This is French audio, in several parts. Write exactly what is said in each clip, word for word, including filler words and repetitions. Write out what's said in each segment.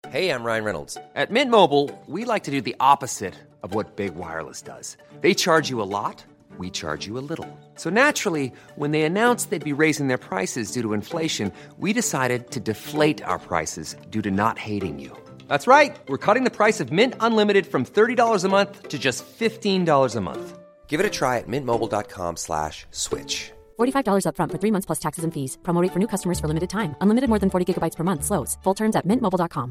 Hey, I'm Ryan Reynolds. At Mint Mobile, we like to do the opposite of what Big Wireless does. They charge you a lot, we charge you a little. So naturally, when they announced they'd be raising their prices due to inflation, we decided to deflate our prices due to not hating you. That's right. We're cutting the price of Mint Unlimited from thirty dollars a month to just fifteen dollars a month. Give it a try at mintmobile.com slash switch. forty-five dollars up front for three months plus taxes and fees. Promo rate for new customers for limited time. Unlimited more than forty gigabytes per month. Slows full terms at mint mobile dot com.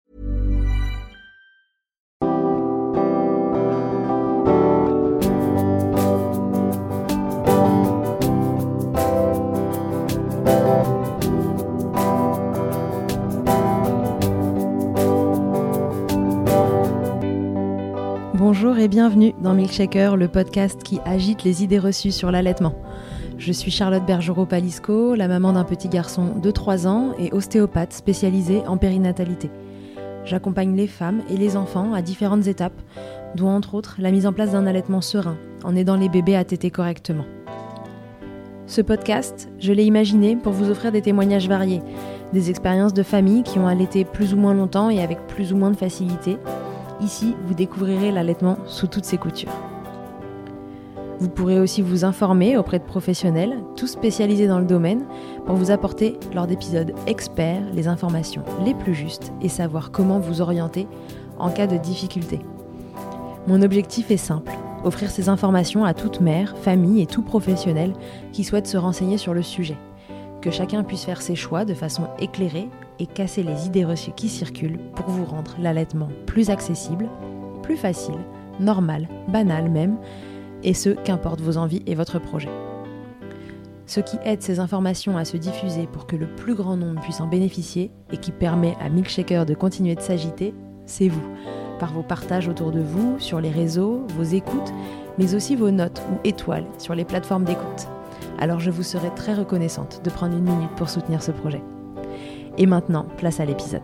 Bonjour et bienvenue dans Milkshaker, le podcast qui agite les idées reçues sur l'allaitement. Je suis Charlotte Bergerot-Palisco, la maman d'un petit garçon de trois ans et ostéopathe spécialisée en périnatalité. J'accompagne les femmes et les enfants à différentes étapes, dont entre autres la mise en place d'un allaitement serein, en aidant les bébés à téter correctement. Ce podcast, je l'ai imaginé pour vous offrir des témoignages variés, des expériences de familles qui ont allaité plus ou moins longtemps et avec plus ou moins de facilité. Ici, vous découvrirez l'allaitement sous toutes ses coutures. Vous pourrez aussi vous informer auprès de professionnels, tous spécialisés dans le domaine, pour vous apporter, lors d'épisodes experts, les informations les plus justes et savoir comment vous orienter en cas de difficulté. Mon objectif est simple, offrir ces informations à toute mère, famille et tout professionnel qui souhaite se renseigner sur le sujet. Que chacun puisse faire ses choix de façon éclairée et casser les idées reçues qui circulent pour vous rendre l'allaitement plus accessible, plus facile, normal, banal même, et ce, qu'importe vos envies et votre projet. Ce qui aide ces informations à se diffuser pour que le plus grand nombre puisse en bénéficier et qui permet à Milkshaker de continuer de s'agiter, c'est vous, par vos partages autour de vous, sur les réseaux, vos écoutes, mais aussi vos notes ou étoiles sur les plateformes d'écoute. Alors je vous serai très reconnaissante de prendre une minute pour soutenir ce projet. Et maintenant, place à l'épisode.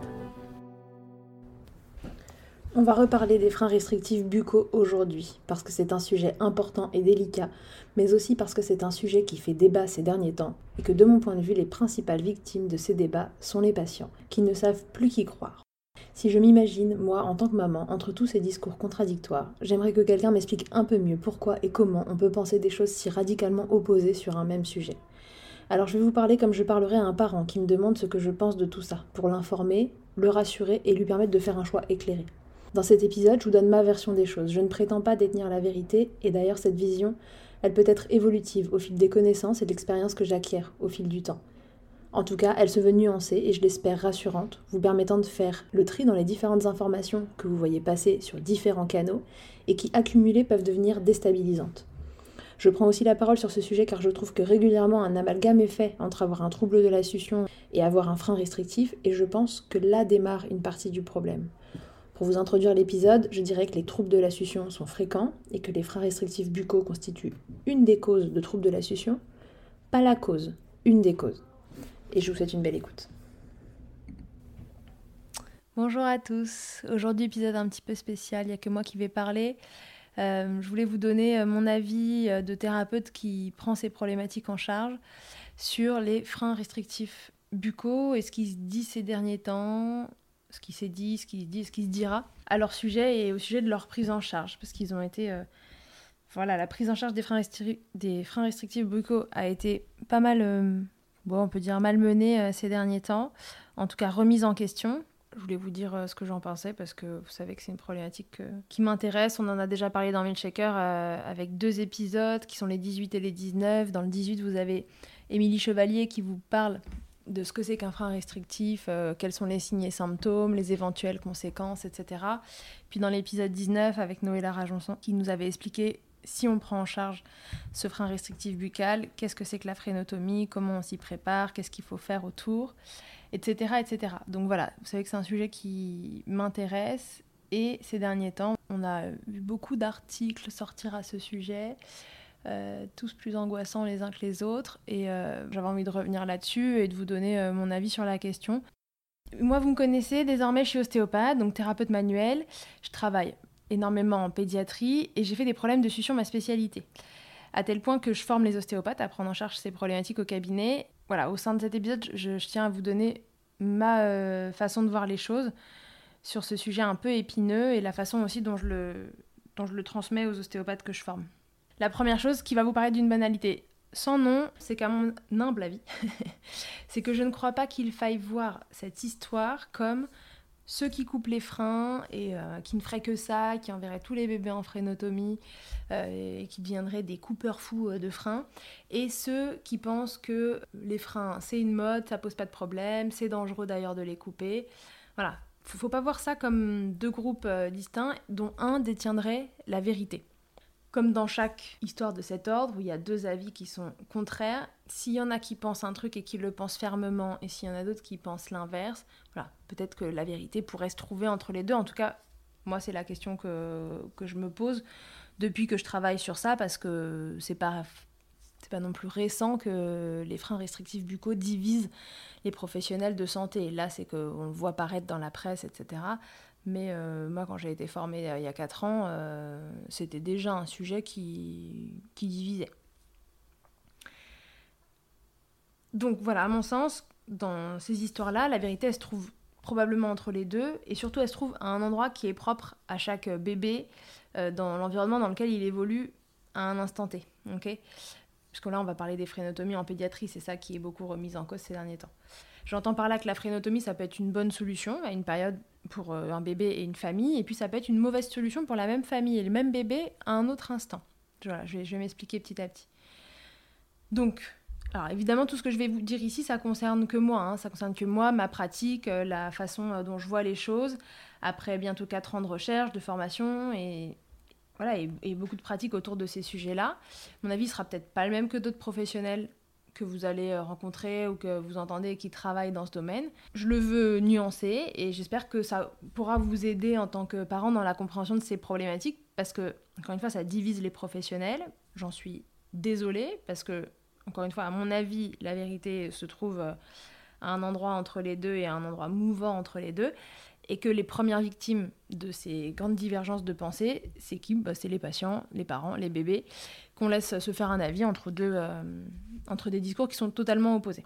On va reparler des freins restrictifs buccaux aujourd'hui, parce que c'est un sujet important et délicat, mais aussi parce que c'est un sujet qui fait débat ces derniers temps, et que de mon point de vue, les principales victimes de ces débats sont les patients, qui ne savent plus qui croire. Si je m'imagine, moi, en tant que maman, entre tous ces discours contradictoires, j'aimerais que quelqu'un m'explique un peu mieux pourquoi et comment on peut penser des choses si radicalement opposées sur un même sujet. Alors je vais vous parler comme je parlerais à un parent qui me demande ce que je pense de tout ça, pour l'informer, le rassurer et lui permettre de faire un choix éclairé. Dans cet épisode, je vous donne ma version des choses. Je ne prétends pas détenir la vérité, et d'ailleurs cette vision, elle peut être évolutive au fil des connaissances et de l'expérience que j'acquiers au fil du temps. En tout cas, elle se veut nuancée et je l'espère rassurante, vous permettant de faire le tri dans les différentes informations que vous voyez passer sur différents canaux et qui, accumulées, peuvent devenir déstabilisantes. Je prends aussi la parole sur ce sujet car je trouve que régulièrement un amalgame est fait entre avoir un trouble de la succion et avoir un frein restrictif, et je pense que là démarre une partie du problème. Pour vous introduire l'épisode, je dirais que les troubles de la succion sont fréquents et que les freins restrictifs buccaux constituent une des causes de troubles de la succion, pas la cause, une des causes. Et je vous souhaite une belle écoute. Bonjour à tous, aujourd'hui épisode un petit peu spécial, il n'y a que moi qui vais parler. Euh, je voulais vous donner mon avis de thérapeute qui prend ces problématiques en charge sur les freins restrictifs buccaux et ce qui se dit ces derniers temps, ce qui s'est dit, ce qui se dit, ce qui se dira à leur sujet et au sujet de leur prise en charge, parce qu'ils ont été... Euh, voilà, la prise en charge des freins, restri- des freins restrictifs buccaux a été pas mal... Euh, Bon, on peut dire malmenée euh, ces derniers temps, en tout cas remise en question. Je voulais vous dire euh, ce que j'en pensais parce que vous savez que c'est une problématique euh, qui m'intéresse. On en a déjà parlé dans Milkshaker euh, avec deux épisodes qui sont les dix-huit et les dix-neuf. Dans le dix-huit, vous avez Émilie Chevalier qui vous parle de ce que c'est qu'un frein restrictif, euh, quels sont les signes et symptômes, les éventuelles conséquences, et cetera. Puis dans l'épisode dix-neuf avec Noëlla Rajonson qui nous avait expliqué si on prend en charge ce frein restrictif buccal, qu'est-ce que c'est que la frénotomie, comment on s'y prépare, qu'est-ce qu'il faut faire autour, et cetera, et cetera. Donc voilà, vous savez que c'est un sujet qui m'intéresse et ces derniers temps, on a vu beaucoup d'articles sortir à ce sujet, euh, tous plus angoissants les uns que les autres, et euh, j'avais envie de revenir là-dessus et de vous donner euh, mon avis sur la question. Moi, vous me connaissez, désormais je suis ostéopathe, donc thérapeute manuel, je travaille énormément en pédiatrie et j'ai fait des problèmes de succion ma spécialité. À tel point que je forme les ostéopathes à prendre en charge ces problématiques au cabinet. Voilà, au sein de cet épisode, je, je tiens à vous donner ma euh, façon de voir les choses. sur ce sujet un peu épineux et la façon aussi dont je le, dont je le transmets aux ostéopathes que je forme. La première chose qui va vous paraître d'une banalité sans nom, c'est qu'à mon humble avis, c'est que je ne crois pas qu'il faille voir cette histoire comme ceux qui coupent les freins et euh, qui ne feraient que ça, qui enverraient tous les bébés en frénotomie euh, et qui deviendraient des coupeurs fous euh, de freins, et ceux qui pensent que les freins, c'est une mode, ça pose pas de problème, c'est dangereux d'ailleurs de les couper. Voilà, faut, faut pas voir ça comme deux groupes euh, distincts dont un détiendrait la vérité. Comme dans chaque histoire de cet ordre, où il y a deux avis qui sont contraires, s'il y en a qui pensent un truc et qui le pensent fermement, et s'il y en a d'autres qui pensent l'inverse, voilà, peut-être que la vérité pourrait se trouver entre les deux. En tout cas, moi, c'est la question que, que je me pose depuis que je travaille sur ça, parce que c'est pas, c'est pas non plus récent que les freins restrictifs buccaux divisent les professionnels de santé. Et là, c'est qu'on le voit paraître dans la presse, et cetera. Mais euh, moi, quand j'ai été formée euh, il y a quatre ans, euh, c'était déjà un sujet qui, qui divisait. Donc voilà, à mon sens, dans ces histoires-là, la vérité, elle se trouve probablement entre les deux, et surtout, elle se trouve à un endroit qui est propre à chaque bébé, euh, dans l'environnement dans lequel il évolue à un instant T. Okay ? Parce que là, on va parler des frénotomies en pédiatrie, c'est ça qui est beaucoup remis en cause ces derniers temps. J'entends par là que la frénotomie, ça peut être une bonne solution à une période pour un bébé et une famille, et puis ça peut être une mauvaise solution pour la même famille et le même bébé à un autre instant. Voilà, je vais, je vais m'expliquer petit à petit. Donc, alors évidemment, tout ce que je vais vous dire ici, ça concerne que moi, hein, ça concerne que moi, ma pratique, la façon dont je vois les choses, après bientôt quatre ans de recherche, de formation, et voilà, et, et beaucoup de pratiques autour de ces sujets-là. Mon avis sera peut-être pas le même que d'autres professionnels que vous allez rencontrer ou que vous entendez et qui travaillent dans ce domaine. Je le veux nuancer et j'espère que ça pourra vous aider en tant que parent dans la compréhension de ces problématiques, parce que, encore une fois, ça divise les professionnels. J'en suis désolée, parce que, encore une fois, à mon avis, la vérité se trouve à un endroit entre les deux et à un endroit mouvant entre les deux, et que les premières victimes de ces grandes divergences de pensée, c'est qui ? Bah, c'est les patients, les parents, les bébés, qu'on laisse se faire un avis entre, deux, euh, entre des discours qui sont totalement opposés.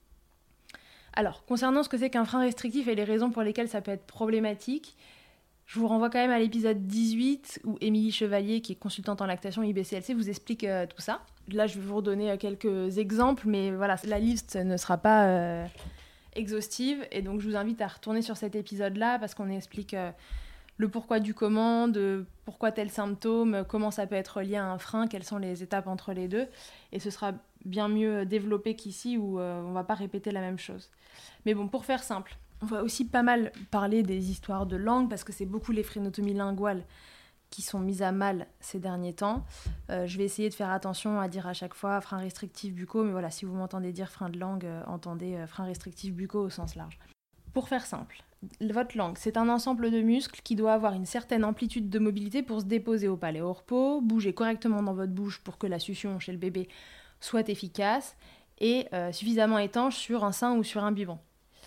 Alors, concernant ce que c'est qu'un frein restrictif et les raisons pour lesquelles ça peut être problématique, je vous renvoie quand même à l'épisode dix-huit où Émilie Chevalier, qui est consultante en lactation I B C L C, vous explique euh, tout ça. Là, je vais vous redonner euh, quelques exemples, mais voilà, la liste ne sera pas euh, exhaustive, et donc je vous invite à retourner sur cet épisode-là, parce qu'on explique euh, le pourquoi du comment, de pourquoi tel symptôme, comment ça peut être lié à un frein, quelles sont les étapes entre les deux, et ce sera bien mieux développé qu'ici, où euh, on ne va pas répéter la même chose. Mais bon, pour faire simple, on va aussi pas mal parler des histoires de langue, parce que c'est beaucoup les frénotomies linguales qui sont mises à mal ces derniers temps. Euh, je vais essayer de faire attention à dire à chaque fois frein restrictif buccaux, mais voilà, si vous m'entendez dire frein de langue, euh, entendez euh, frein restrictif buccaux au sens large. Pour faire simple, votre langue, c'est un ensemble de muscles qui doit avoir une certaine amplitude de mobilité pour se déposer au palais au repos, bouger correctement dans votre bouche pour que la succion chez le bébé soit efficace et euh, suffisamment étanche sur un sein ou sur un biberon.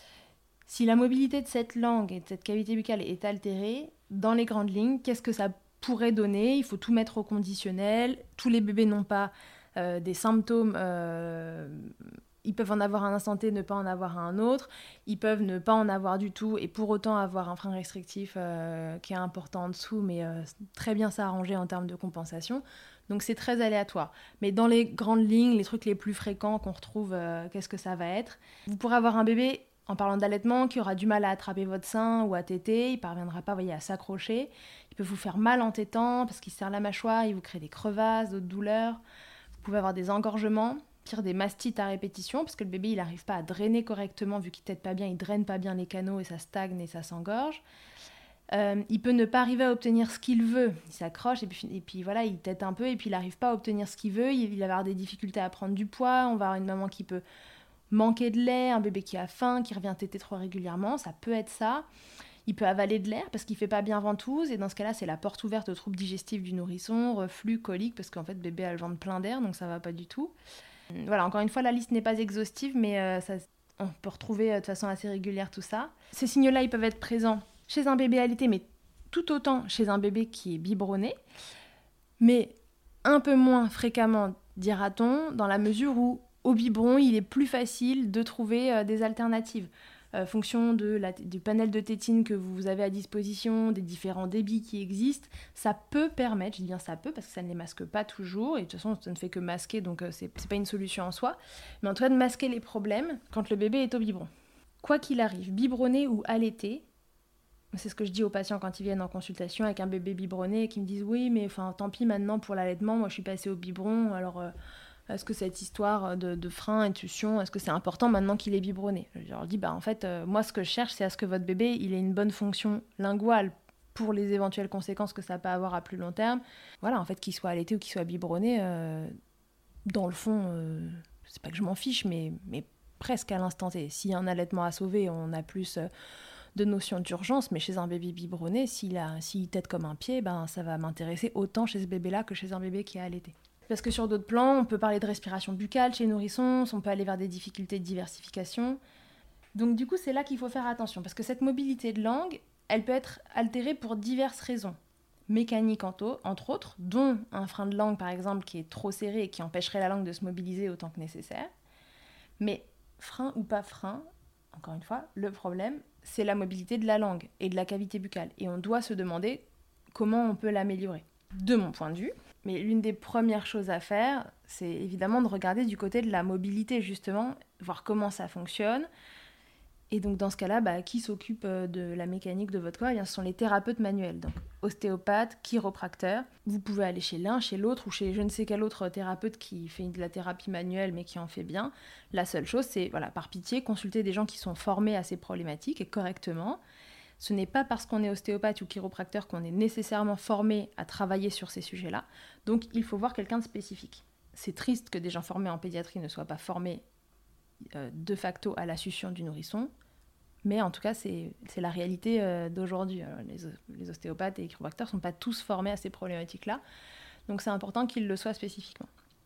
Si la mobilité de cette langue et de cette cavité buccale est altérée, dans les grandes lignes, qu'est-ce que ça pourrait donner ? Il faut tout mettre au conditionnel. Tous les bébés n'ont pas euh, des symptômes. Euh, ils peuvent en avoir à un instant T, ne pas en avoir à un autre. Ils peuvent ne pas en avoir du tout et pour autant avoir un frein restrictif euh, qui est important en dessous, mais euh, très bien s'arranger en termes de compensation. Donc c'est très aléatoire. Mais dans les grandes lignes, les trucs les plus fréquents qu'on retrouve, euh, qu'est-ce que ça va être ? Vous pourrez avoir un bébé, en parlant d'allaitement, qui aura du mal à attraper votre sein ou à téter, il ne parviendra pas, voyez, à s'accrocher. Il peut vous faire mal en tétant parce qu'il serre la mâchoire, il vous crée des crevasses, d'autres douleurs. Vous pouvez avoir des engorgements, pire des mastites à répétition, parce que le bébé il n'arrive pas à drainer correctement, vu qu'il ne tète pas bien, il ne draine pas bien les canaux et ça stagne et ça s'engorge. Euh, il peut ne pas arriver à obtenir ce qu'il veut, il s'accroche et puis, et puis voilà, il tète un peu et puis il n'arrive pas à obtenir ce qu'il veut, il, il va avoir des difficultés à prendre du poids, on va avoir une maman qui peut manquer de lait, un bébé qui a faim, qui revient téter trop régulièrement, ça peut être ça. Il peut avaler de l'air parce qu'il ne fait pas bien ventouse, et dans ce cas-là, c'est la porte ouverte aux troubles digestifs du nourrisson, reflux, colique, parce qu'en fait, le bébé a le ventre plein d'air, donc ça ne va pas du tout. Voilà, encore une fois, la liste n'est pas exhaustive, mais euh, ça, on peut retrouver euh, de façon assez régulière tout ça. Ces signaux-là, ils peuvent être présents chez un bébé allaité, mais tout autant chez un bébé qui est biberonné, mais un peu moins fréquemment, dira-t-on, dans la mesure où au biberon, il est plus facile de trouver euh, des alternatives. euh, fonction de la, du panel de tétine que vous avez à disposition, des différents débits qui existent, ça peut permettre, je dis bien ça peut parce que ça ne les masque pas toujours, et de toute façon ça ne fait que masquer, donc euh, c'est, c'est pas une solution en soi, mais en tout cas de masquer les problèmes quand le bébé est au biberon. Quoi qu'il arrive, biberonner ou allaiter, c'est ce que je dis aux patients quand ils viennent en consultation avec un bébé biberonné et qui me disent « Oui, mais enfin, tant pis maintenant pour l'allaitement, moi je suis passée au biberon, alors euh, est-ce que cette histoire de, de frein et de succion, est-ce que c'est important maintenant qu'il est biberonné ?» Je leur dis bah, « En fait, euh, moi ce que je cherche, c'est à ce que votre bébé il ait une bonne fonction linguale pour les éventuelles conséquences que ça peut avoir à plus long terme. Voilà, en fait, qu'il soit allaité ou qu'il soit biberonné, euh, dans le fond, euh, c'est pas que je m'en fiche, mais, mais presque à l'instant T. S'il y a un allaitement à sauver, on a plus... Euh, de notion d'urgence, mais chez un bébé biberonné, s'il, a, s'il tète comme un pied, ben, ça va m'intéresser autant chez ce bébé-là que chez un bébé qui a allaité. Parce que sur d'autres plans, on peut parler de respiration buccale chez les nourrissons, on peut aller vers des difficultés de diversification. Donc du coup, c'est là qu'il faut faire attention, parce que cette mobilité de langue, elle peut être altérée pour diverses raisons. Mécaniques entre autres, dont un frein de langue par exemple qui est trop serré et qui empêcherait la langue de se mobiliser autant que nécessaire. Mais frein ou pas frein, encore une fois, le problème, c'est la mobilité de la langue et de la cavité buccale. Et on doit se demander comment on peut l'améliorer. De mon point de vue, mais l'une des premières choses à faire, c'est évidemment de regarder du côté de la mobilité, justement, voir comment ça fonctionne. Et donc dans ce cas-là, bah, qui s'occupe de la mécanique de votre corps ? Eh bien, ce sont les thérapeutes manuels, donc ostéopathes, chiropracteurs. Vous pouvez aller chez l'un, chez l'autre, ou chez je ne sais quel autre thérapeute qui fait de la thérapie manuelle, mais qui en fait bien. La seule chose, c'est, voilà, par pitié, consulter des gens qui sont formés à ces problématiques, et correctement. Ce n'est pas parce qu'on est ostéopathe ou chiropracteur qu'on est nécessairement formé à travailler sur ces sujets-là. Donc il faut voir quelqu'un de spécifique. C'est triste que des gens formés en pédiatrie ne soient pas formés euh, de facto à la succion du nourrisson. Mais en tout cas, c'est, c'est la réalité euh, d'aujourd'hui. Alors, les, les ostéopathes et les chiropracteurs ne sont pas tous formés à ces problématiques-là. Donc c'est important qu'ils le soient spécifiquement.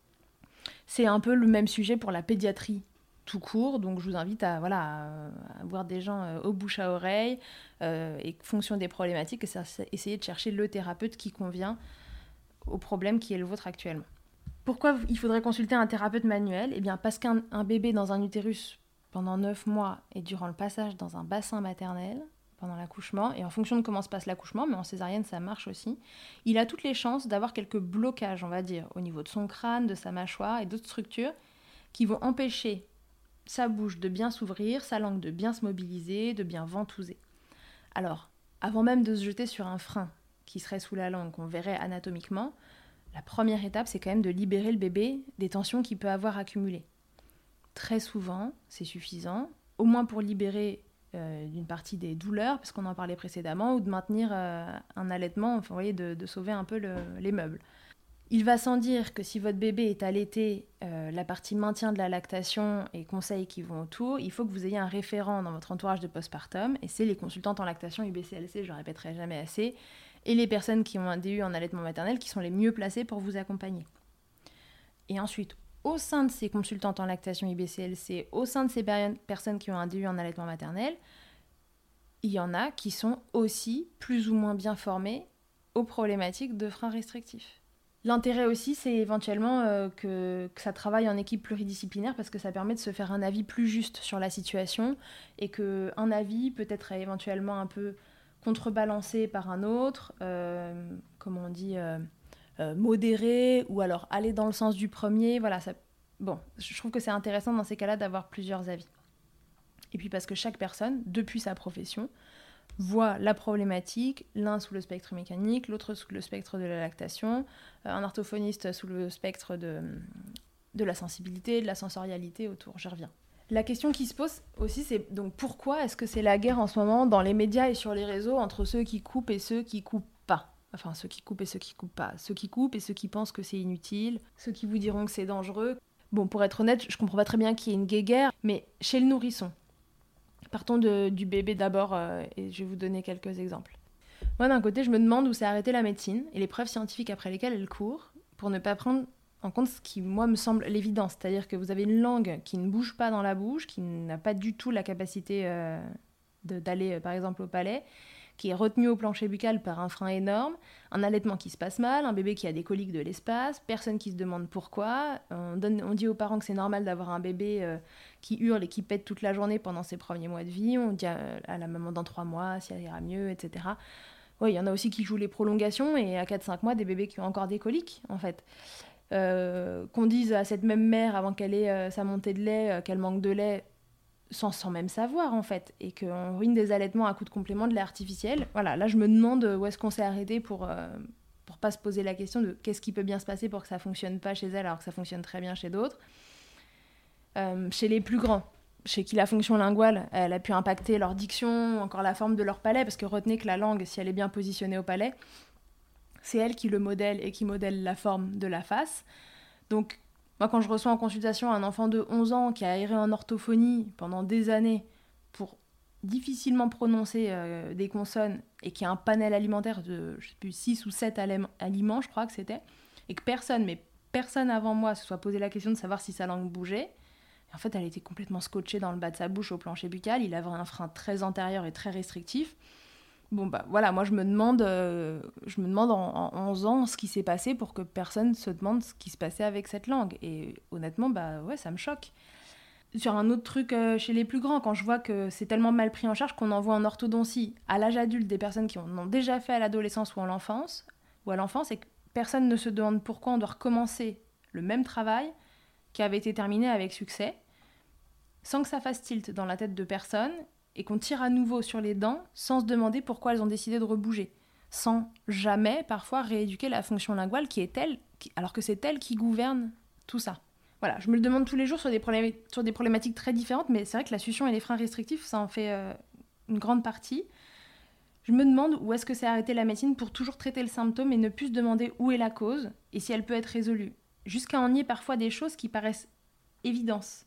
C'est un peu le même sujet pour la pédiatrie tout court. Donc je vous invite à, voilà, à, à voir des gens euh, au bouche à oreille euh, et fonction des problématiques, et ça, essayer de chercher le thérapeute qui convient au problème qui est le vôtre actuellement. Pourquoi il faudrait consulter un thérapeute manuel ? Eh bien parce qu'un un bébé dans un utérus pendant neuf mois et durant le passage dans un bassin maternel, pendant l'accouchement, et en fonction de comment se passe l'accouchement, mais en césarienne ça marche aussi, il a toutes les chances d'avoir quelques blocages, on va dire, au niveau de son crâne, de sa mâchoire et d'autres structures qui vont empêcher sa bouche de bien s'ouvrir, sa langue de bien se mobiliser, de bien ventouser. Alors, avant même de se jeter sur un frein qui serait sous la langue, qu'on verrait anatomiquement, la première étape, c'est quand même de libérer le bébé des tensions qu'il peut avoir accumulées. Très souvent, c'est suffisant, au moins pour libérer euh, d'une partie des douleurs, parce qu'on en parlait précédemment, ou de maintenir euh, un allaitement, enfin, vous voyez, de, de sauver un peu le, les meubles. Il va sans dire que si votre bébé est allaité, euh, la partie maintien de la lactation et conseils qui vont autour, il faut que vous ayez un référent dans votre entourage de postpartum, et c'est les consultantes en lactation U B C L C, je le répéterai jamais assez, et les personnes qui ont un D U en allaitement maternel qui sont les mieux placées pour vous accompagner. Et ensuite, au sein de ces consultantes en lactation I B C L C, au sein de ces per- personnes qui ont un D U en allaitement maternel, il y en a qui sont aussi plus ou moins bien formées aux problématiques de freins restrictifs. L'intérêt aussi, c'est éventuellement euh, que, que ça travaille en équipe pluridisciplinaire parce que ça permet de se faire un avis plus juste sur la situation et qu'un avis peut être éventuellement un peu contrebalancé par un autre, euh, comment on dit, euh, euh, modéré, ou alors aller dans le sens du premier. Voilà, ça... Bon, je trouve que c'est intéressant dans ces cas-là d'avoir plusieurs avis. Et puis parce que chaque personne, depuis sa profession, voit la problématique, l'un sous le spectre mécanique, l'autre sous le spectre de la lactation, un orthophoniste sous le spectre de, de la sensibilité, de la sensorialité autour. J'y reviens. La question qui se pose aussi, c'est donc pourquoi est-ce que c'est la guerre en ce moment dans les médias et sur les réseaux entre ceux qui coupent et ceux qui coupent pas ? Enfin, ceux qui coupent et ceux qui coupent pas. Ceux qui coupent et ceux qui pensent que c'est inutile, ceux qui vous diront que c'est dangereux. Bon, pour être honnête, je comprends pas très bien qu'il y ait une guerre, mais chez le nourrisson, partons de, du bébé d'abord, euh, et je vais vous donner quelques exemples. Moi, d'un côté, je me demande où s'est arrêtée la médecine et les preuves scientifiques après lesquelles elle court, pour ne pas prendre en compte ce qui, moi, me semble l'évidence. C'est-à-dire que vous avez une langue qui ne bouge pas dans la bouche, qui n'a pas du tout la capacité euh, de, d'aller, euh, par exemple, au palais, qui est retenu au plancher buccal par un frein énorme, un allaitement qui se passe mal, un bébé qui a des coliques de l'espace, personne qui se demande pourquoi. On, donne, on dit aux parents que c'est normal d'avoir un bébé euh, qui hurle et qui pète toute la journée pendant ses premiers mois de vie. On dit à, à la maman dans trois mois si elle ira mieux, et cetera. Oui, il y en a aussi qui jouent les prolongations et à quatre cinq mois, des bébés qui ont encore des coliques, en fait. Euh, qu'on dise à cette même mère avant qu'elle ait euh, sa montée de lait, euh, qu'elle manque de lait, sans, sans même savoir, en fait, et qu'on ruine des allaitements à coups de complément de lait artificiel. Voilà, là, je me demande où est-ce qu'on s'est arrêté pour, euh, pour pas se poser la question de qu'est-ce qui peut bien se passer pour que ça fonctionne pas chez elle alors que ça fonctionne très bien chez d'autres. Euh, chez les plus grands, chez qui la fonction linguale, elle a pu impacter leur diction, encore la forme de leur palais, parce que retenez que la langue, si elle est bien positionnée au palais, c'est elle qui le modèle et qui modèle la forme de la face. Donc, moi, quand je reçois en consultation un enfant de onze ans qui a erré en orthophonie pendant des années pour difficilement prononcer euh, des consonnes et qui a un panel alimentaire de, je sais plus, six ou sept alim- aliments, je crois que c'était, et que personne, mais personne avant moi se soit posé la question de savoir si sa langue bougeait. En fait, elle était complètement scotchée dans le bas de sa bouche au plancher buccal. Il avait un frein très antérieur et très restrictif. Bon, bah voilà, moi je me demande, euh, je me demande en, en onze ans ce qui s'est passé pour que personne se demande ce qui se passait avec cette langue. Et honnêtement, bah ouais, ça me choque. Sur un autre truc euh, chez les plus grands, quand je vois que c'est tellement mal pris en charge qu'on envoie en orthodontie à l'âge adulte des personnes qui en ont déjà fait à l'adolescence ou à l'enfance, ou à l'enfance, et que personne ne se demande pourquoi on doit recommencer le même travail qui avait été terminé avec succès, sans que ça fasse tilt dans la tête de personne, et qu'on tire à nouveau sur les dents sans se demander pourquoi elles ont décidé de rebouger, sans jamais parfois rééduquer la fonction linguale qui est elle, qui, alors que c'est elle qui gouverne tout ça. Voilà, je me le demande tous les jours sur des, problém- sur des problématiques très différentes, mais c'est vrai que la succion et les freins restrictifs, ça en fait euh, une grande partie. Je me demande où est-ce que c'est arrêté la médecine pour toujours traiter le symptôme et ne plus se demander où est la cause et si elle peut être résolue, jusqu'à en nier parfois des choses qui paraissent évidences.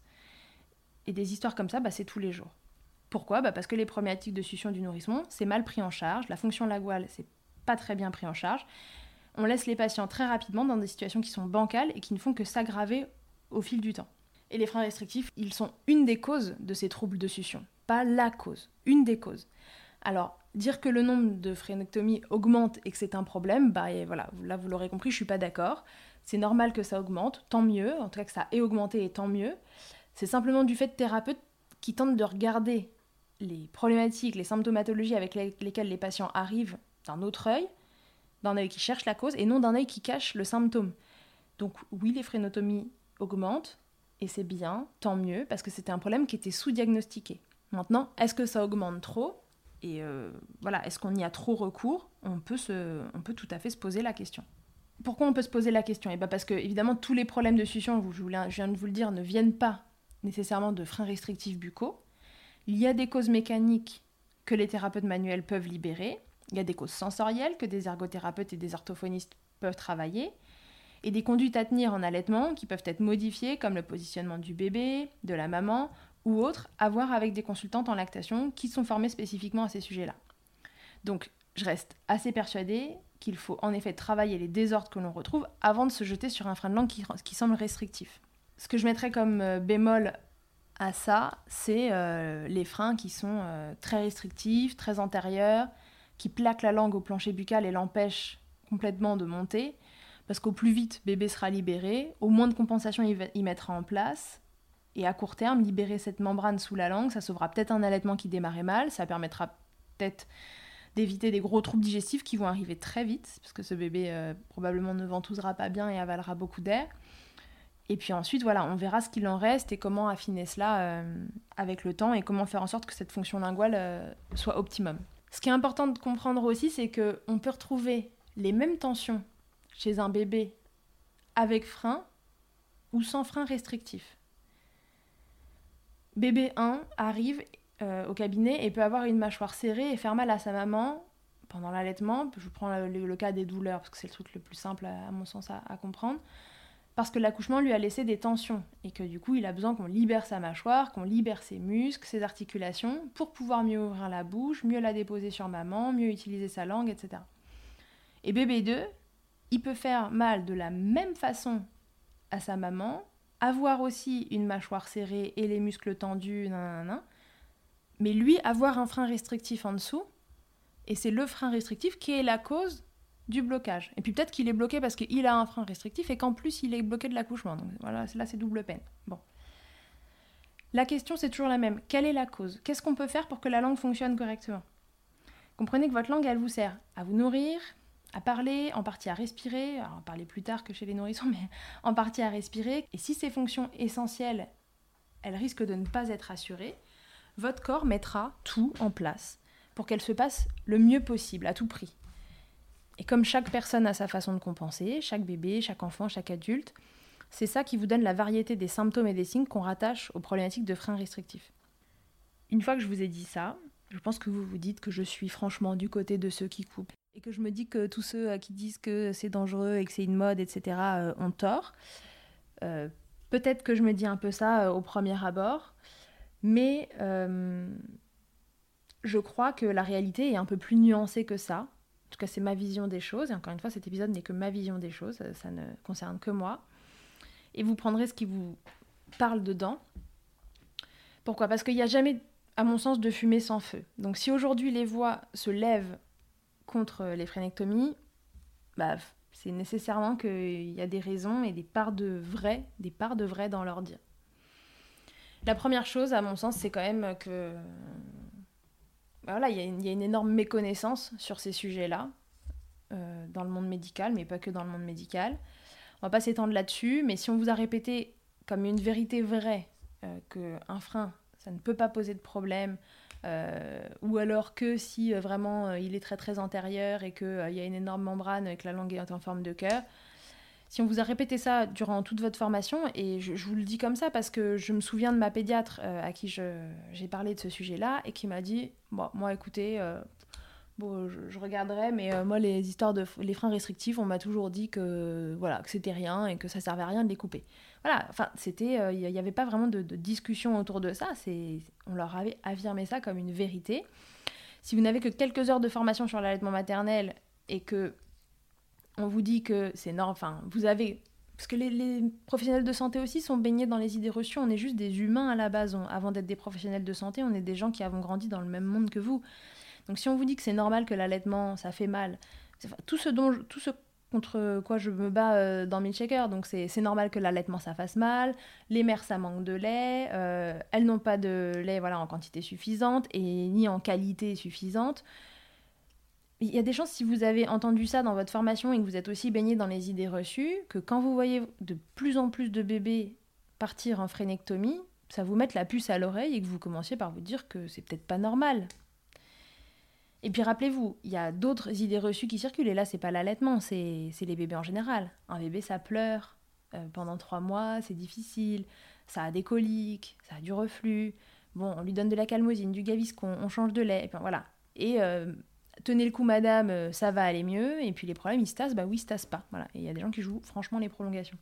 Et des histoires comme ça, bah, c'est tous les jours. Pourquoi ? Bah parce que les problématiques de succion du nourrisson, c'est mal pris en charge, la fonction linguale, c'est pas très bien pris en charge. On laisse les patients très rapidement dans des situations qui sont bancales et qui ne font que s'aggraver au fil du temps. Et les freins restrictifs, ils sont une des causes de ces troubles de succion, pas la cause, une des causes. Alors, dire que le nombre de frénectomies augmente et que c'est un problème, bah et voilà, là vous l'aurez compris, je suis pas d'accord. C'est normal que ça augmente, tant mieux, en tout cas que ça ait augmenté et tant mieux. C'est simplement du fait de thérapeutes qui tentent de regarder les problématiques, les symptomatologies avec les, lesquelles les patients arrivent d'un autre œil, d'un œil qui cherche la cause et non d'un œil qui cache le symptôme. Donc oui, les frénotomies augmentent et c'est bien, tant mieux, parce que c'était un problème qui était sous-diagnostiqué. Maintenant, est-ce que ça augmente trop ? Et euh, voilà, est-ce qu'on y a trop recours ? On peut, se, on peut tout à fait se poser la question. Pourquoi on peut se poser la question ? Et bah parce que évidemment tous les problèmes de succion, je, vous, je viens de vous le dire, ne viennent pas nécessairement de freins restrictifs buccaux. Il y a des causes mécaniques que les thérapeutes manuels peuvent libérer. Il y a des causes sensorielles que des ergothérapeutes et des orthophonistes peuvent travailler. Et des conduites à tenir en allaitement qui peuvent être modifiées, comme le positionnement du bébé, de la maman ou autres, à voir avec des consultantes en lactation qui sont formées spécifiquement à ces sujets-là. Donc, je reste assez persuadée qu'il faut en effet travailler les désordres que l'on retrouve avant de se jeter sur un frein de langue qui, qui semble restrictif. Ce que je mettrais comme euh, bémol à ça, c'est euh, les freins qui sont euh, très restrictifs, très antérieurs, qui plaquent la langue au plancher buccal et l'empêchent complètement de monter, parce qu'au plus vite, bébé sera libéré, au moins de compensation il, va, il mettra en place, et à court terme, libérer cette membrane sous la langue, ça sauvera peut-être un allaitement qui démarrait mal, ça permettra peut-être d'éviter des gros troubles digestifs qui vont arriver très vite, parce que ce bébé euh, probablement ne ventousera pas bien et avalera beaucoup d'air. Et puis ensuite, voilà, on verra ce qu'il en reste et comment affiner cela euh, avec le temps et comment faire en sorte que cette fonction linguale euh, soit optimum. Ce qui est important de comprendre aussi, c'est qu'on peut retrouver les mêmes tensions chez un bébé avec frein ou sans frein restrictif. Bébé un arrive euh, au cabinet et peut avoir une mâchoire serrée et faire mal à sa maman pendant l'allaitement. Je prends le, le, le cas des douleurs parce que c'est le truc le plus simple à, à mon sens à, à comprendre. Parce que l'accouchement lui a laissé des tensions et que du coup il a besoin qu'on libère sa mâchoire, qu'on libère ses muscles, ses articulations pour pouvoir mieux ouvrir la bouche, mieux la déposer sur maman, mieux utiliser sa langue, et cetera. Et bébé deux, il peut faire mal de la même façon à sa maman, avoir aussi une mâchoire serrée et les muscles tendus, nanana, mais lui avoir un frein restrictif en dessous Et c'est le frein restrictif qui est la cause du blocage. Et puis peut-être qu'il est bloqué parce qu'il a un frein restrictif et qu'en plus il est bloqué de l'accouchement. Donc voilà, là c'est double peine. Bon. La question c'est toujours la même. Quelle est la cause ? Qu'est-ce qu'on peut faire pour que la langue fonctionne correctement ? Comprenez que votre langue, elle vous sert à vous nourrir, à parler, en partie à respirer, alors on va parler plus tard que chez les nourrissons, mais en partie à respirer. Et si ces fonctions essentielles, elles risquent de ne pas être assurées, votre corps mettra tout en place pour qu'elle se passe le mieux possible, à tout prix. Et comme chaque personne a sa façon de compenser, chaque bébé, chaque enfant, chaque adulte, c'est ça qui vous donne la variété des symptômes et des signes qu'on rattache aux problématiques de frein restrictif. Une fois que je vous ai dit ça, je pense que vous vous dites que je suis franchement du côté de ceux qui coupent. Et que je me dis que tous ceux qui disent que c'est dangereux et que c'est une mode, et cetera, euh, ont tort. Euh, peut-être que je me dis un peu ça euh, au premier abord, mais euh, je crois que la réalité est un peu plus nuancée que ça. En tout cas, c'est ma vision des choses. Et encore une fois, cet épisode n'est que ma vision des choses. Ça ne concerne que moi. Et vous prendrez ce qui vous parle dedans. Pourquoi ? Parce qu'il n'y a jamais, à mon sens, de fumée sans feu. Donc si aujourd'hui les voix se lèvent contre les frénectomies, bah, c'est nécessairement qu'il y a des raisons et des parts de vrai, des parts de vrai dans leur dire. La première chose, à mon sens, c'est quand même que voilà, il y a une, il y a une énorme méconnaissance sur ces sujets-là, euh, dans le monde médical, mais pas que dans le monde médical. On va pas s'étendre là-dessus, mais si on vous a répété comme une vérité vraie euh, qu'un frein, ça ne peut pas poser de problème, euh, ou alors que si euh, vraiment euh, il est très très antérieur et qu'il euh, y a une énorme membrane et que la langue est en forme de cœur, si on vous a répété ça durant toute votre formation, et je, je vous le dis comme ça parce que je me souviens de ma pédiatre euh, à qui je, j'ai parlé de ce sujet-là et qui m'a dit bon, moi écoutez, euh, bon, je, je regarderai, mais euh, moi les histoires de les freins restrictifs, on m'a toujours dit que, voilà, que c'était rien et que ça servait à rien de les couper. Voilà, enfin, c'était, il euh, n'y avait pas vraiment de, de discussion autour de ça, c'est, on leur avait affirmé ça comme une vérité. Si vous n'avez que quelques heures de formation sur l'allaitement maternel et que on vous dit que c'est normal, enfin, vous avez... Parce que les, les professionnels de santé aussi sont baignés dans les idées reçues, on est juste des humains à la base. On, avant d'être des professionnels de santé, on est des gens qui avons grandi dans le même monde que vous. Donc si on vous dit que c'est normal que l'allaitement, ça fait mal, c'est, tout, ce dont, tout ce contre quoi je me bats euh, dans Milkshaker, donc c'est, c'est normal que l'allaitement, ça fasse mal, les mères, ça manque de lait, euh, elles n'ont pas de lait voilà, en quantité suffisante et ni en qualité suffisante. Il y a des chances, si vous avez entendu ça dans votre formation et que vous êtes aussi baigné dans les idées reçues, que quand vous voyez de plus en plus de bébés partir en frénectomie, ça vous mette la puce à l'oreille et que vous commenciez par vous dire que c'est peut-être pas normal. Et puis rappelez-vous, il y a d'autres idées reçues qui circulent, et là c'est pas l'allaitement, c'est, c'est les bébés en général. Un bébé ça pleure, euh, pendant trois mois c'est difficile, ça a des coliques, ça a du reflux, bon on lui donne de la calmosine, du Gaviscon, on change de lait, et puis voilà. Et... Euh, tenez le coup madame, ça va aller mieux, et puis les problèmes ils se tassent, bah oui ils se tassent pas, voilà. Et il y a des gens qui jouent franchement les prolongations.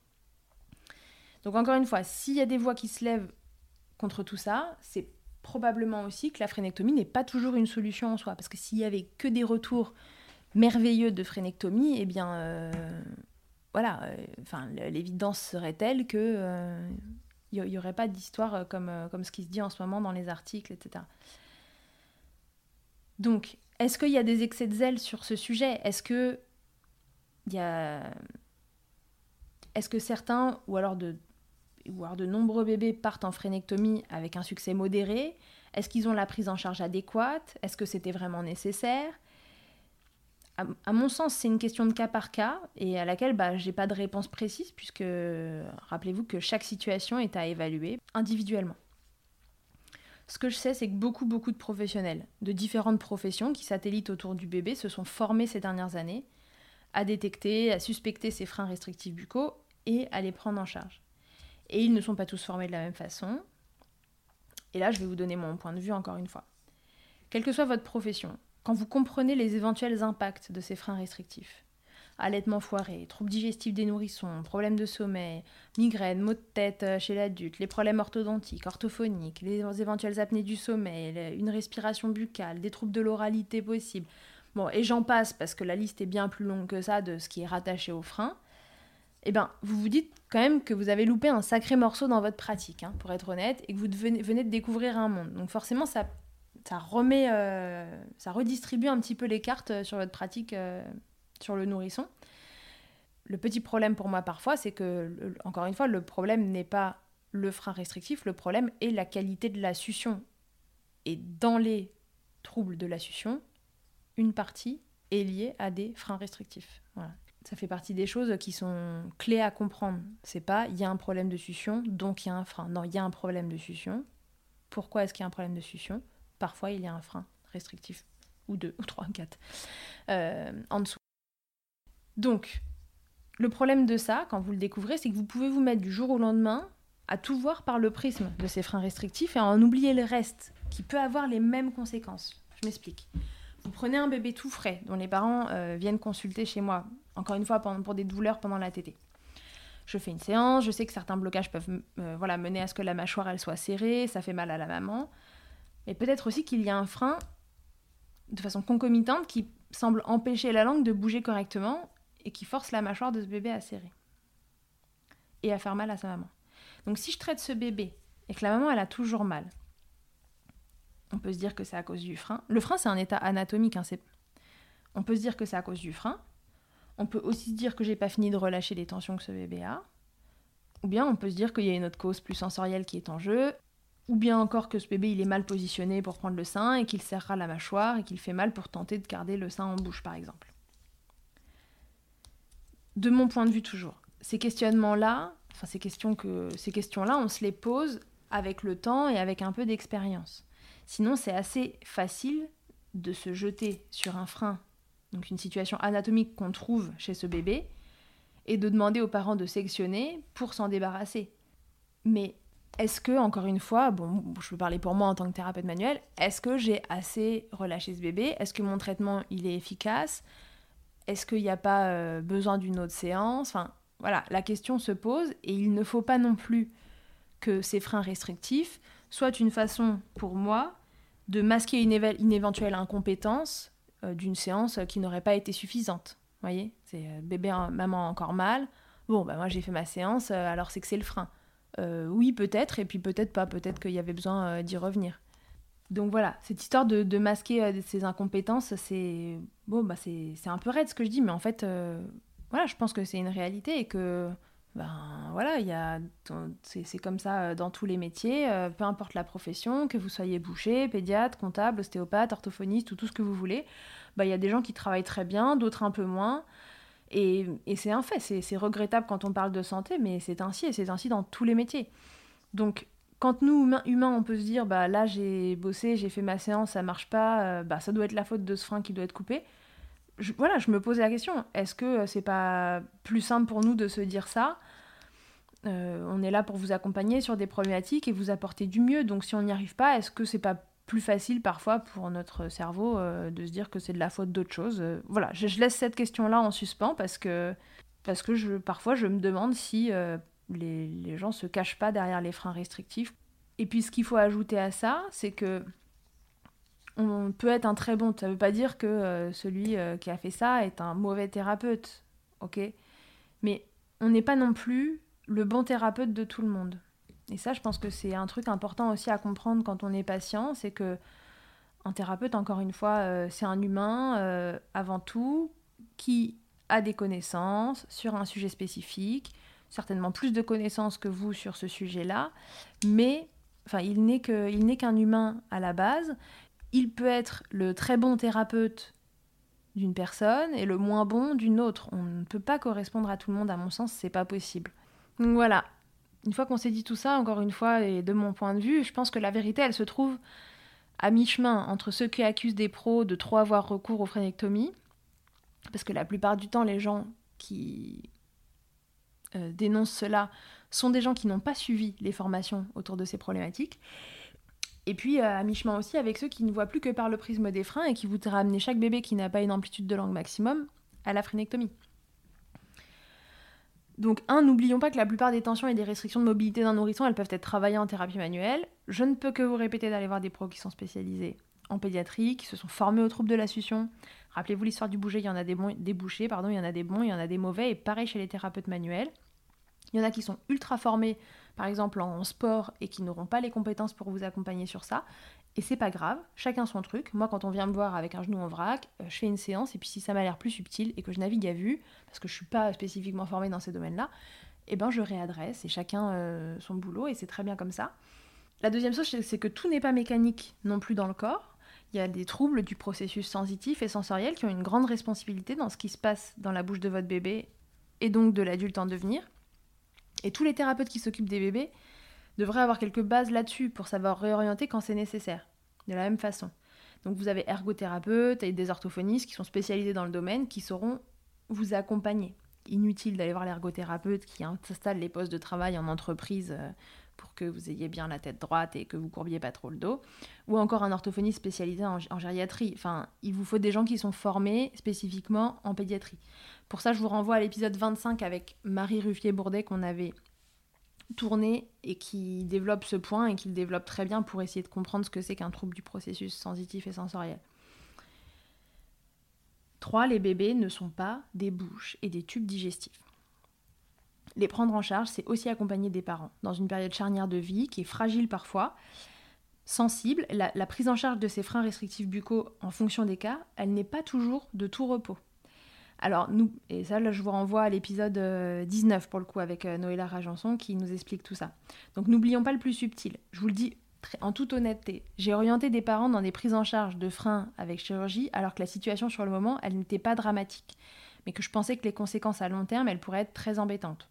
Donc encore une fois, s'il y a des voix qui se lèvent contre tout ça, c'est probablement aussi que la frénectomie n'est pas toujours une solution en soi, parce que s'il y avait que des retours merveilleux de frénectomie, eh bien euh, voilà, enfin euh, l'évidence serait telle que euh, il n'y aurait pas d'histoire comme, euh, comme ce qui se dit en ce moment dans les articles, et cetera. Donc, est-ce qu'il y a des excès de zèle sur ce sujet ? Est-ce que il y a... Est-ce que certains, ou alors de, ou alors de nombreux bébés partent en frénectomie avec un succès modéré ? Est-ce qu'ils ont la prise en charge adéquate ? Est-ce que c'était vraiment nécessaire ? à, à mon sens, c'est une question de cas par cas et à laquelle bah, je n'ai pas de réponse précise puisque rappelez-vous que chaque situation est à évaluer individuellement. Ce que je sais, c'est que beaucoup, beaucoup de professionnels de différentes professions qui satellitent autour du bébé se sont formés ces dernières années à détecter, à suspecter ces freins restrictifs buccaux et à les prendre en charge. Et ils ne sont pas tous formés de la même façon. Et là, je vais vous donner mon point de vue encore une fois. Quelle que soit votre profession, quand vous comprenez les éventuels impacts de ces freins restrictifs, allaitement foiré, troubles digestifs des nourrissons, problèmes de sommeil, migraines, maux de tête chez l'adulte, les problèmes orthodontiques, orthophoniques, les éventuelles apnées du sommeil, une respiration buccale, des troubles de l'oralité possibles. Bon, et j'en passe parce que la liste est bien plus longue que ça de ce qui est rattaché aux freins. Eh bien, vous vous dites quand même que vous avez loupé un sacré morceau dans votre pratique, hein, pour être honnête, et que vous venez de découvrir un monde. Donc forcément, ça, ça remet, euh, ça redistribue un petit peu les cartes sur votre pratique euh, sur le nourrisson. Le petit problème pour moi parfois, c'est que, le, encore une fois, le problème n'est pas le frein restrictif, le problème est la qualité de la succion. Et dans les troubles de la succion, une partie est liée à des freins restrictifs. Voilà. Ça fait partie des choses qui sont clés à comprendre. C'est pas il y a un problème de succion, donc il y a un frein. Non, il y a un problème de succion. Pourquoi est-ce qu'il y a un problème de succion ? Parfois, il y a un frein restrictif, ou deux, ou trois, ou quatre, euh, en dessous. Donc, le problème de ça, quand vous le découvrez, c'est que vous pouvez vous mettre du jour au lendemain à tout voir par le prisme de ces freins restrictifs et à en oublier le reste, qui peut avoir les mêmes conséquences. Je m'explique. Vous prenez un bébé tout frais, dont les parents euh, viennent consulter chez moi, encore une fois pour des douleurs pendant la tétée. Je fais une séance, je sais que certains blocages peuvent euh, voilà, mener à ce que la mâchoire elle soit serrée, ça fait mal à la maman. Mais peut-être aussi qu'il y a un frein de façon concomitante qui semble empêcher la langue de bouger correctement et qui force la mâchoire de ce bébé à serrer et à faire mal à sa maman. Donc si je traite ce bébé et que la maman elle a toujours mal, on peut se dire que c'est à cause du frein. Le frein, c'est un état anatomique. Hein, c'est... On peut se dire que c'est à cause du frein. On peut aussi se dire que j'ai pas fini de relâcher les tensions que ce bébé a. Ou bien on peut se dire qu'il y a une autre cause plus sensorielle qui est en jeu. Ou bien encore que ce bébé, il est mal positionné pour prendre le sein et qu'il serrera la mâchoire et qu'il fait mal pour tenter de garder le sein en bouche, par exemple. De mon point de vue, toujours, ces questionnements-là, enfin ces, questions que... ces questions-là, on se les pose avec le temps et avec un peu d'expérience. Sinon, c'est assez facile de se jeter sur un frein, donc une situation anatomique qu'on trouve chez ce bébé, et de demander aux parents de sectionner pour s'en débarrasser. Mais est-ce que, encore une fois, bon, je peux parler pour moi en tant que thérapeute manuel, est-ce que j'ai assez relâché ce bébé ? Est-ce que mon traitement, il est efficace ? Est-ce qu'il n'y a pas euh, besoin d'une autre séance ? Enfin, voilà, la question se pose, et il ne faut pas non plus que ces freins restrictifs soit une façon, pour moi, de masquer une, éve- une éventuelle incompétence euh, d'une séance qui n'aurait pas été suffisante. Vous voyez ? C'est euh, bébé, hein, maman a encore mal. Bon, bah moi j'ai fait ma séance, euh, alors c'est que c'est le frein. Euh, oui, peut-être, et puis peut-être pas. Peut-être qu'il y avait besoin euh, d'y revenir. Donc voilà, cette histoire de, de masquer euh, ces incompétences, c'est... Bon, bah c'est, c'est un peu raide ce que je dis, mais en fait, euh, voilà, je pense que c'est une réalité et que... Ben voilà, y a, c'est, c'est comme ça dans tous les métiers, euh, peu importe la profession, que vous soyez boucher, pédiatre, comptable, ostéopathe, orthophoniste ou tout ce que vous voulez, ben, y a des gens qui travaillent très bien, d'autres un peu moins, et, et c'est un fait, c'est, c'est regrettable quand on parle de santé, mais c'est ainsi, et c'est ainsi dans tous les métiers. Donc quand nous, humains, humains on peut se dire, bah, là j'ai bossé, j'ai fait ma séance, ça marche pas, euh, bah, ça doit être la faute de ce frein qui doit être coupé. Je, voilà, je me posais la question, est-ce que c'est pas plus simple pour nous de se dire ça ? euh, On est là pour vous accompagner sur des problématiques et vous apporter du mieux, donc si on n'y arrive pas, est-ce que c'est pas plus facile parfois pour notre cerveau euh, de se dire que c'est de la faute d'autre chose ? euh, Voilà, je, je laisse cette question-là en suspens parce que, parce que je, parfois je me demande si euh, les, les gens se cachent pas derrière les freins restrictifs. Et puis ce qu'il faut ajouter à ça, c'est que on peut être un très bon... Ça ne veut pas dire que euh, celui euh, qui a fait ça est un mauvais thérapeute, ok ? Mais on n'est pas non plus le bon thérapeute de tout le monde. Et ça, je pense que c'est un truc important aussi à comprendre quand on est patient, c'est que un thérapeute, encore une fois, euh, c'est un humain euh, avant tout qui a des connaissances sur un sujet spécifique, certainement plus de connaissances que vous sur ce sujet-là, mais enfin, il n'est que, il n'est qu'un humain à la base. Il peut être le très bon thérapeute d'une personne et le moins bon d'une autre. On ne peut pas correspondre à tout le monde, à mon sens, c'est pas possible. Donc voilà, une fois qu'on s'est dit tout ça, encore une fois, et de mon point de vue, je pense que la vérité, elle se trouve à mi-chemin entre ceux qui accusent des pros de trop avoir recours aux frénectomies, parce que la plupart du temps, les gens qui euh, dénoncent cela sont des gens qui n'ont pas suivi les formations autour de ces problématiques. Et puis euh, à mi-chemin aussi avec ceux qui ne voient plus que par le prisme des freins et qui voudraient ramener chaque bébé qui n'a pas une amplitude de langue maximum à la frénectomie. Donc un, n'oublions pas que la plupart des tensions et des restrictions de mobilité d'un nourrisson, elles peuvent être travaillées en thérapie manuelle. Je ne peux que vous répéter d'aller voir des pros qui sont spécialisés en pédiatrie, qui se sont formés aux troubles de la succion. Rappelez-vous l'histoire du boucher, il y en a des bons, des bouchers, pardon, il y en a des bons, il y en a des mauvais, et pareil chez les thérapeutes manuels. Il y en a qui sont ultra formés, par exemple en sport, et qui n'auront pas les compétences pour vous accompagner sur ça. Et c'est pas grave, chacun son truc. Moi, quand on vient me voir avec un genou en vrac, euh, je fais une séance, et puis si ça m'a l'air plus subtil et que je navigue à vue, parce que je suis pas spécifiquement formée dans ces domaines-là, eh ben je réadresse, et chacun euh, son boulot, et c'est très bien comme ça. La deuxième chose, c'est que tout n'est pas mécanique non plus dans le corps. Il y a des troubles du processus sensitif et sensoriel qui ont une grande responsabilité dans ce qui se passe dans la bouche de votre bébé, et donc de l'adulte en devenir. Et tous les thérapeutes qui s'occupent des bébés devraient avoir quelques bases là-dessus pour savoir réorienter quand c'est nécessaire, de la même façon. Donc vous avez ergothérapeutes et des orthophonistes qui sont spécialisés dans le domaine, qui sauront vous accompagner. Inutile d'aller voir l'ergothérapeute qui installe les postes de travail en entreprise pour que vous ayez bien la tête droite et que vous courbiez pas trop le dos, ou encore un orthophoniste spécialisé en, en gériatrie. Enfin, il vous faut des gens qui sont formés spécifiquement en pédiatrie. Pour ça, je vous renvoie à l'épisode vingt-cinq avec Marie Ruffier-Bourdet qu'on avait tourné et qui développe ce point et qui le développe très bien pour essayer de comprendre ce que c'est qu'un trouble du processus sensitif et sensoriel. trois. Les bébés ne sont pas des bouches et des tubes digestifs. Les prendre en charge, c'est aussi accompagner des parents dans une période charnière de vie qui est fragile parfois, sensible. La, la prise en charge de ces freins restrictifs buccaux en fonction des cas, elle n'est pas toujours de tout repos. Alors nous, et ça là je vous renvoie à l'épisode dix-neuf pour le coup avec Noëlla Rajanson qui nous explique tout ça. Donc n'oublions pas le plus subtil, je vous le dis très, en toute honnêteté, j'ai orienté des parents dans des prises en charge de freins avec chirurgie alors que la situation sur le moment elle n'était pas dramatique, mais que je pensais que les conséquences à long terme elles pourraient être très embêtantes,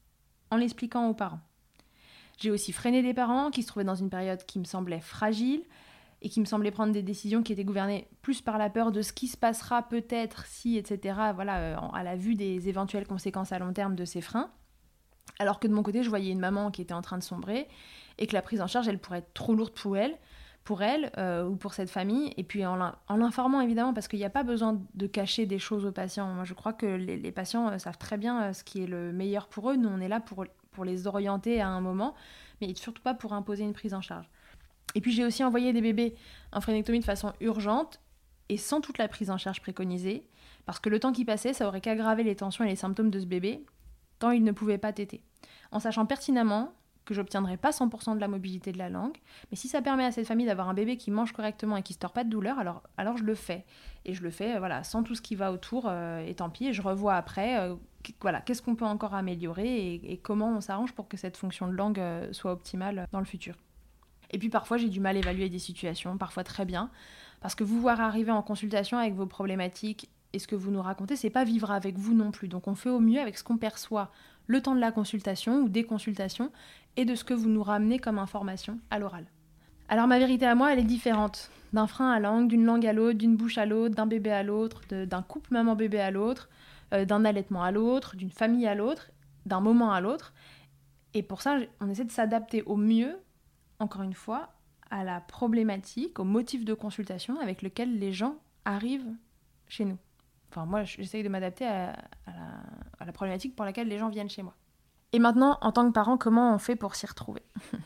en l'expliquant aux parents. J'ai aussi freiné des parents qui se trouvaient dans une période qui me semblait fragile, et qui me semblait prendre des décisions qui étaient gouvernées plus par la peur de ce qui se passera peut-être si, et cetera, voilà, euh, à la vue des éventuelles conséquences à long terme de ces freins. Alors que de mon côté, je voyais une maman qui était en train de sombrer, et que la prise en charge, elle pourrait être trop lourde pour elle, pour elle euh, ou pour cette famille, et puis en, en l'informant évidemment, parce qu'il n'y a pas besoin de cacher des choses aux patients. Moi, je crois que les, les patients euh, savent très bien euh, ce qui est le meilleur pour eux. Nous, on est là pour, pour les orienter à un moment, mais surtout pas pour imposer une prise en charge. Et puis j'ai aussi envoyé des bébés en frénectomie de façon urgente et sans toute la prise en charge préconisée, parce que le temps qui passait, ça aurait qu'aggravé les tensions et les symptômes de ce bébé, tant il ne pouvait pas téter. En sachant pertinemment que j'obtiendrai pas cent pour cent de la mobilité de la langue, mais si ça permet à cette famille d'avoir un bébé qui mange correctement et qui se tord pas de douleur, alors, alors je le fais. Et je le fais voilà, sans tout ce qui va autour, euh, et tant pis, et je revois après, euh, voilà, qu'est-ce qu'on peut encore améliorer et, et comment on s'arrange pour que cette fonction de langue euh, soit optimale dans le futur. Et puis parfois, j'ai du mal à évaluer des situations, parfois très bien, parce que vous voir arriver en consultation avec vos problématiques et ce que vous nous racontez, c'est pas vivre avec vous non plus. Donc on fait au mieux avec ce qu'on perçoit le temps de la consultation ou des consultations et de ce que vous nous ramenez comme information à l'oral. Alors ma vérité à moi, elle est différente. D'un frein à langue, d'une langue à l'autre, d'une bouche à l'autre, d'un bébé à l'autre, de, d'un couple maman-bébé à l'autre, euh, d'un allaitement à l'autre, d'une famille à l'autre, d'un moment à l'autre. Et pour ça, on essaie de s'adapter au mieux, encore une fois, à la problématique, au motif de consultation avec lequel les gens arrivent chez nous. Enfin, moi, j'essaye de m'adapter à, à, la, à la problématique pour laquelle les gens viennent chez moi. Et maintenant, en tant que parent, comment on fait pour s'y retrouver ?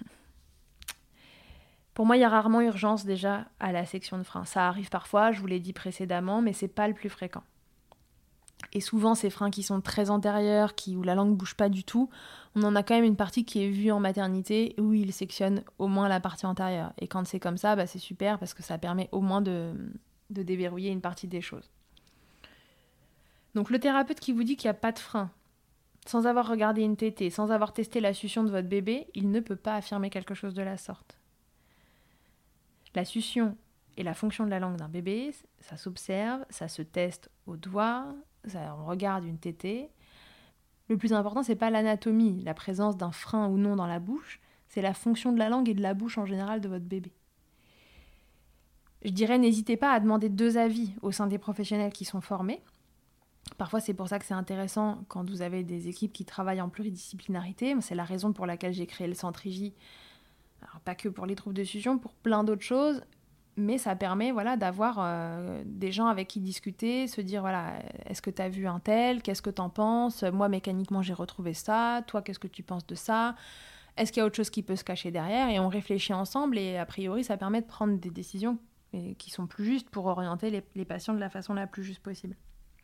Pour moi, il y a rarement urgence déjà à la section de frein. Ça arrive parfois, je vous l'ai dit précédemment, mais c'est pas le plus fréquent. Et souvent, ces freins qui sont très antérieurs, qui, où la langue ne bouge pas du tout, on en a quand même une partie qui est vue en maternité où il sectionne au moins la partie antérieure. Et quand c'est comme ça, bah, c'est super parce que ça permet au moins de, de déverrouiller une partie des choses. Donc le thérapeute qui vous dit qu'il n'y a pas de frein, sans avoir regardé une tétée, sans avoir testé la succion de votre bébé, il ne peut pas affirmer quelque chose de la sorte. La succion et la fonction de la langue d'un bébé, ça s'observe, ça se teste au doigt, ça, on regarde une tétée. Le plus important, c'est pas l'anatomie, la présence d'un frein ou non dans la bouche, c'est la fonction de la langue et de la bouche en général de votre bébé. Je dirais, n'hésitez pas à demander deux avis au sein des professionnels qui sont formés. Parfois, c'est pour ça que c'est intéressant quand vous avez des équipes qui travaillent en pluridisciplinarité. C'est la raison pour laquelle j'ai créé le Centre I J. Alors, pas que pour les troubles de succion, pour plein d'autres choses. Mais ça permet voilà, d'avoir euh, des gens avec qui discuter, se dire, voilà, est-ce que tu as vu un tel ? Qu'est-ce que tu en penses ? Moi, mécaniquement, j'ai retrouvé ça. Toi, qu'est-ce que tu penses de ça ? Est-ce qu'il y a autre chose qui peut se cacher derrière ? Et on réfléchit ensemble et a priori, ça permet de prendre des décisions qui sont plus justes pour orienter les, les patients de la façon la plus juste possible.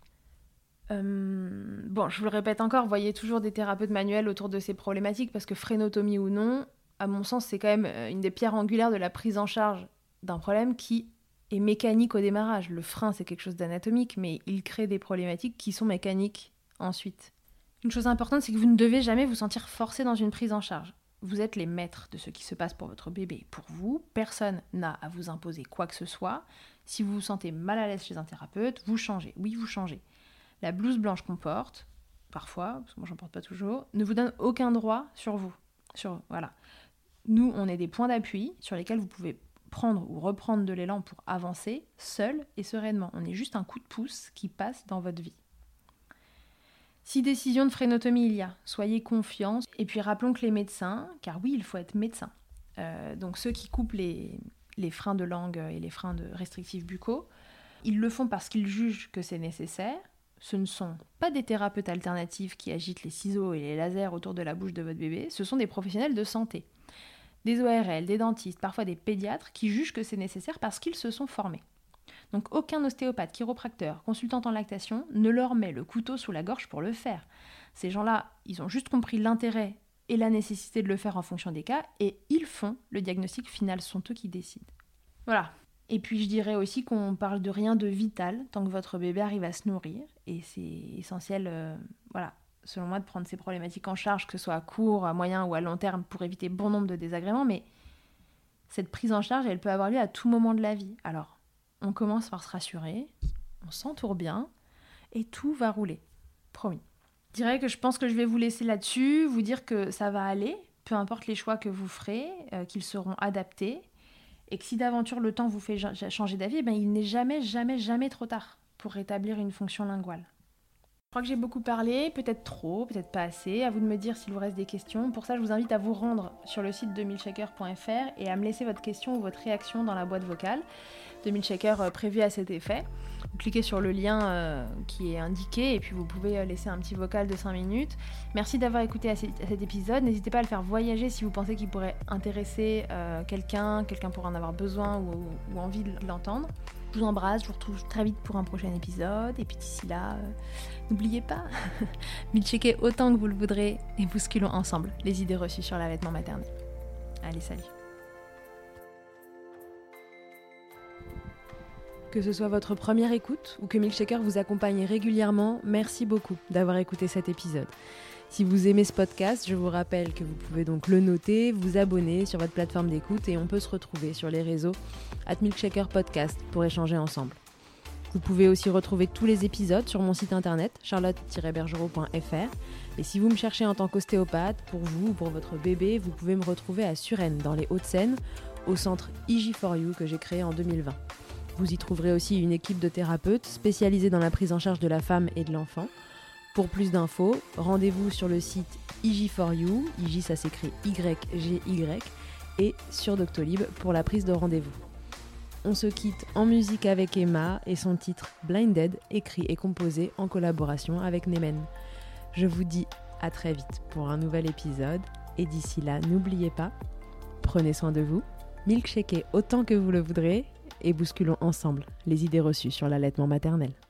Euh, bon, je vous le répète encore, voyez toujours des thérapeutes manuels autour de ces problématiques parce que frénotomie ou non, à mon sens, c'est quand même une des pierres angulaires de la prise en charge d'un problème qui est mécanique au démarrage. Le frein, c'est quelque chose d'anatomique, mais il crée des problématiques qui sont mécaniques ensuite. Une chose importante, c'est que vous ne devez jamais vous sentir forcé dans une prise en charge. Vous êtes les maîtres de ce qui se passe pour votre bébé. Pour vous, personne n'a à vous imposer quoi que ce soit. Si vous vous sentez mal à l'aise chez un thérapeute, vous changez. Oui, vous changez. La blouse blanche qu'on porte, parfois, parce que moi j'en porte pas toujours, ne vous donne aucun droit sur vous. Sur, voilà. Nous, on est des points d'appui sur lesquels vous pouvez prendre ou reprendre de l'élan pour avancer seul et sereinement. On est juste un coup de pouce qui passe dans votre vie. Si décision de frénotomie il y a, soyez confiants. Et puis rappelons que les médecins, car oui, il faut être médecin, euh, donc ceux qui coupent les, les freins de langue et les freins de restrictifs buccaux, ils le font parce qu'ils jugent que c'est nécessaire. Ce ne sont pas des thérapeutes alternatifs qui agitent les ciseaux et les lasers autour de la bouche de votre bébé, ce sont des professionnels de santé. Des O R L, des dentistes, parfois des pédiatres qui jugent que c'est nécessaire parce qu'ils se sont formés. Donc aucun ostéopathe, chiropracteur, consultant en lactation ne leur met le couteau sous la gorge pour le faire. Ces gens-là, ils ont juste compris l'intérêt et la nécessité de le faire en fonction des cas et ils font le diagnostic final, ce sont eux qui décident. Voilà. Et puis je dirais aussi qu'on parle de rien de vital tant que votre bébé arrive à se nourrir et c'est essentiel, euh, voilà, selon moi, de prendre ces problématiques en charge, que ce soit à court, à moyen ou à long terme pour éviter bon nombre de désagréments, mais cette prise en charge, elle peut avoir lieu à tout moment de la vie. Alors, on commence par se rassurer, on s'entoure bien, et tout va rouler. Promis. Je dirais que je pense que je vais vous laisser là-dessus, vous dire que ça va aller, peu importe les choix que vous ferez, euh, qu'ils seront adaptés, et que si d'aventure le temps vous fait changer d'avis, ben, il n'est jamais, jamais, jamais trop tard pour rétablir une fonction linguale. Je crois que j'ai beaucoup parlé, peut-être trop, peut-être pas assez. À vous de me dire s'il vous reste des questions. Pour ça, je vous invite à vous rendre sur le site de milkshaker point f r et à me laisser votre question ou votre réaction dans la boîte vocale de Milkshaker euh, prévue à cet effet. Vous cliquez sur le lien euh, qui est indiqué et puis vous pouvez euh, laisser un petit vocal de cinq minutes. Merci d'avoir écouté à, c- à cet épisode. N'hésitez pas à le faire voyager si vous pensez qu'il pourrait intéresser euh, quelqu'un, quelqu'un pourrait en avoir besoin ou, ou envie de l'entendre. Je vous embrasse, je vous retrouve très vite pour un prochain épisode. Et puis d'ici là, euh, n'oubliez pas, milkshaker autant que vous le voudrez et bousculons ensemble les idées reçues sur l'allaitement maternel. Allez, salut. Que ce soit votre première écoute ou que Milkshaker vous accompagne régulièrement, merci beaucoup d'avoir écouté cet épisode. Si vous aimez ce podcast, je vous rappelle que vous pouvez donc le noter, vous abonner sur votre plateforme d'écoute et on peut se retrouver sur les réseaux arobase milkshaker podcast pour échanger ensemble. Vous pouvez aussi retrouver tous les épisodes sur mon site internet charlotte tiret bergerot point f r et si vous me cherchez en tant qu'ostéopathe, pour vous ou pour votre bébé, vous pouvez me retrouver à Suresnes dans les Hauts-de-Seine au centre I J for You que j'ai créé en deux mille vingt. Vous y trouverez aussi une équipe de thérapeutes spécialisés dans la prise en charge de la femme et de l'enfant. Pour plus d'infos, rendez-vous sur le site I J for You, I J ça s'écrit Y G Y, et sur Doctolib pour la prise de rendez-vous. On se quitte en musique avec Emma et son titre Blinded, écrit et composé en collaboration avec Nemen. Je vous dis à très vite pour un nouvel épisode, et d'ici là, n'oubliez pas, prenez soin de vous, milkshakez autant que vous le voudrez, et bousculons ensemble les idées reçues sur l'allaitement maternel.